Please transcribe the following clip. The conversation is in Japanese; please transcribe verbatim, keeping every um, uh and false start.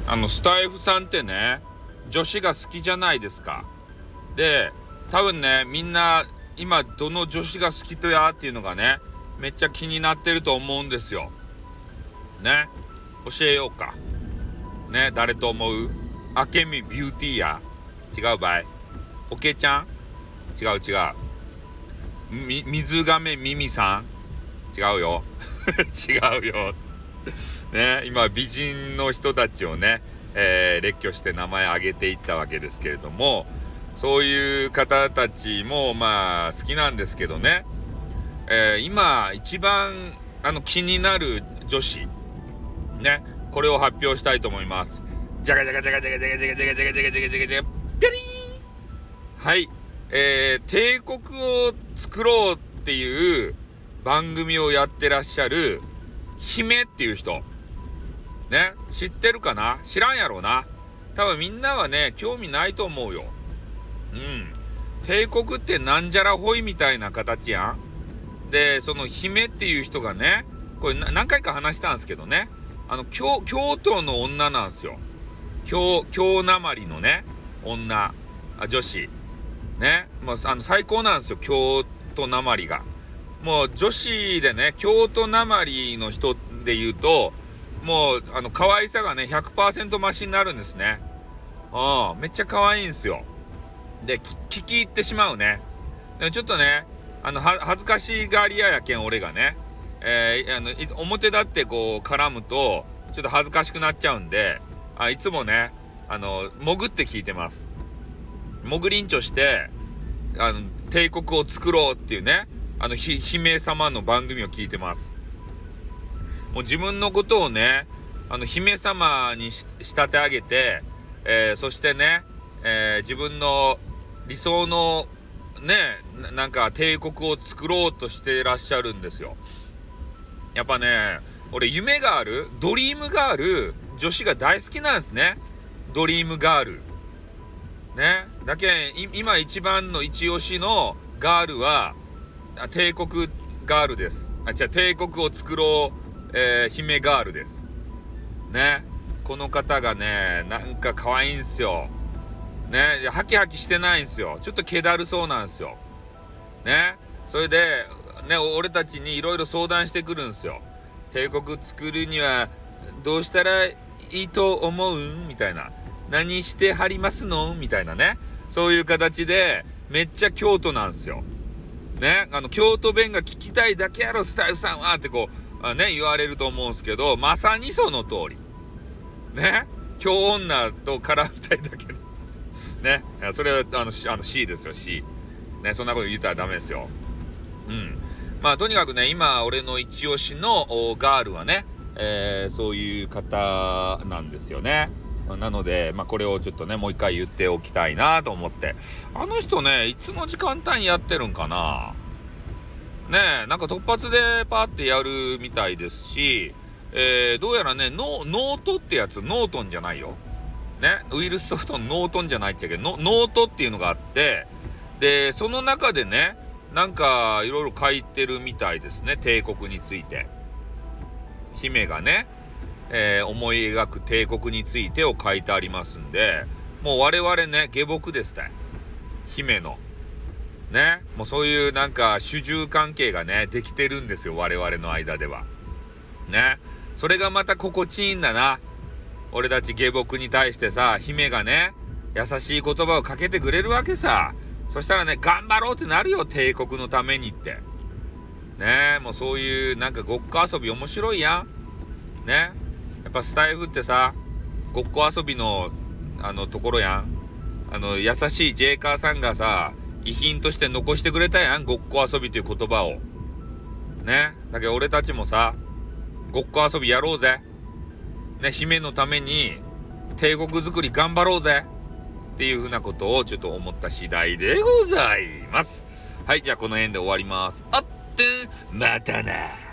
あのスタイフさんってね、女子が好きじゃないですか。で、多分ね、みんな今どの女子が好きとやっていうのがね、めっちゃ気になってると思うんですよ。ね、教えようか。ね、誰と思う？あけみビューティーや？違うばい。おけちゃん？違う違う。み、水亀みみさん？違うよ。違うよ。ね、今美人の人たちをね、えー、列挙して名前挙げていったわけですけれども、そういう方たちもまあ好きなんですけどね、えー、今一番あの気になる女子ね、これを発表したいと思います。じゃがじゃがじゃがじゃがじゃがじゃがじゃがじゃがじゃがじゃがじゃがじゃがぴょりーん。はい、えー、帝国を作ろうっていう番組をやってらっしゃる姫っていう人ね、知ってるかな？知らんやろうな。多分みんなはね、興味ないと思うよ。うん。帝国ってなんじゃらほいみたいな形やん。で、その姫っていう人がね、これ何回か話したんですけどね、あの京京都の女なんですよ。京京なまりのね女、あ女子ね、もうあの最高なんですよ、京都なまりが。もう女子でね、京都なまりの人で言うと、もうあの可愛さがね ひゃくパーセント 増しになるんですね。うん、めっちゃ可愛いんですよ。で、聞き入ってしまうね。でちょっとね、あのは恥ずかしがり屋やけん俺がね、えー、あの表立ってこう絡むとちょっと恥ずかしくなっちゃうんで、あいつもね、あの潜って聞いてます。潜りんちょしてあの帝国を作ろうっていうね、あのひ姫様の番組を聞いてます。もう自分のことをね、あの姫様にし仕立て上げて、えー、そしてね、えー、自分の理想のね、な、なんか帝国を作ろうとしていらっしゃるんですよ。やっぱね、俺夢がある、ドリームがある女子が大好きなんですね。ドリームガールね。だけん今一番の一押しのガールは帝国ガールです。あ、違う、帝国を作ろう、えー、姫ガールですね。この方がね、なんか可愛いんすよね。ハキハキしてないんすよ。ちょっと気だるそうなんすよね。それでね、俺たちにいろいろ相談してくるんすよ。帝国作るにはどうしたらいいと思うみたいな、何してはりますのみたいなね、そういう形でめっちゃ京都なんすよね。あの京都弁が聞きたいだけやろスタイフさんはってこうあ、ね、言われると思うんですけど、まさにその通りね。京女と絡みたいだけどね、それはあのあの C ですよ C ね。そんなこと言ったらダメですよ。うん。まあとにかくね、今俺の一押しのガールはね、えー、そういう方なんですよね。なので、まあこれをちょっとね、もう一回言っておきたいなと思って。あの人ね、いつの時間帯にやってるんかなねえ、なんか突発でパーってやるみたいですし、えー、どうやらね、ノートってやつ、ノートンじゃないよ。ね、ウイルスソフトのノートンじゃないっちゃけど、ノートっていうのがあって、で、その中でね、なんかいろいろ書いてるみたいですね、帝国について。姫がね、えー、思い描く帝国についてを書いてありますんで、もう我々ね、下僕ですね。姫の。ね、もうそういうなんか主従関係がねできてるんですよ、我々の間ではね。それがまた心地いいんだな。俺たち下僕に対してさ、姫がね優しい言葉をかけてくれるわけさ。そしたらね、頑張ろうってなるよ、帝国のためにってね。もうそういうなんかごっこ遊び面白いやんね。やっぱスタイフってさ、ごっこ遊びのあのところやん。あの優しいジェイカーさんがさ、遺品として残してくれたやん、ごっこ遊びという言葉をね。だけど俺たちもさ、ごっこ遊びやろうぜね。姫のために帝国作り頑張ろうぜっていうふうなことをちょっと思った次第でございます。はい、じゃあこの辺で終わります。あってまたな。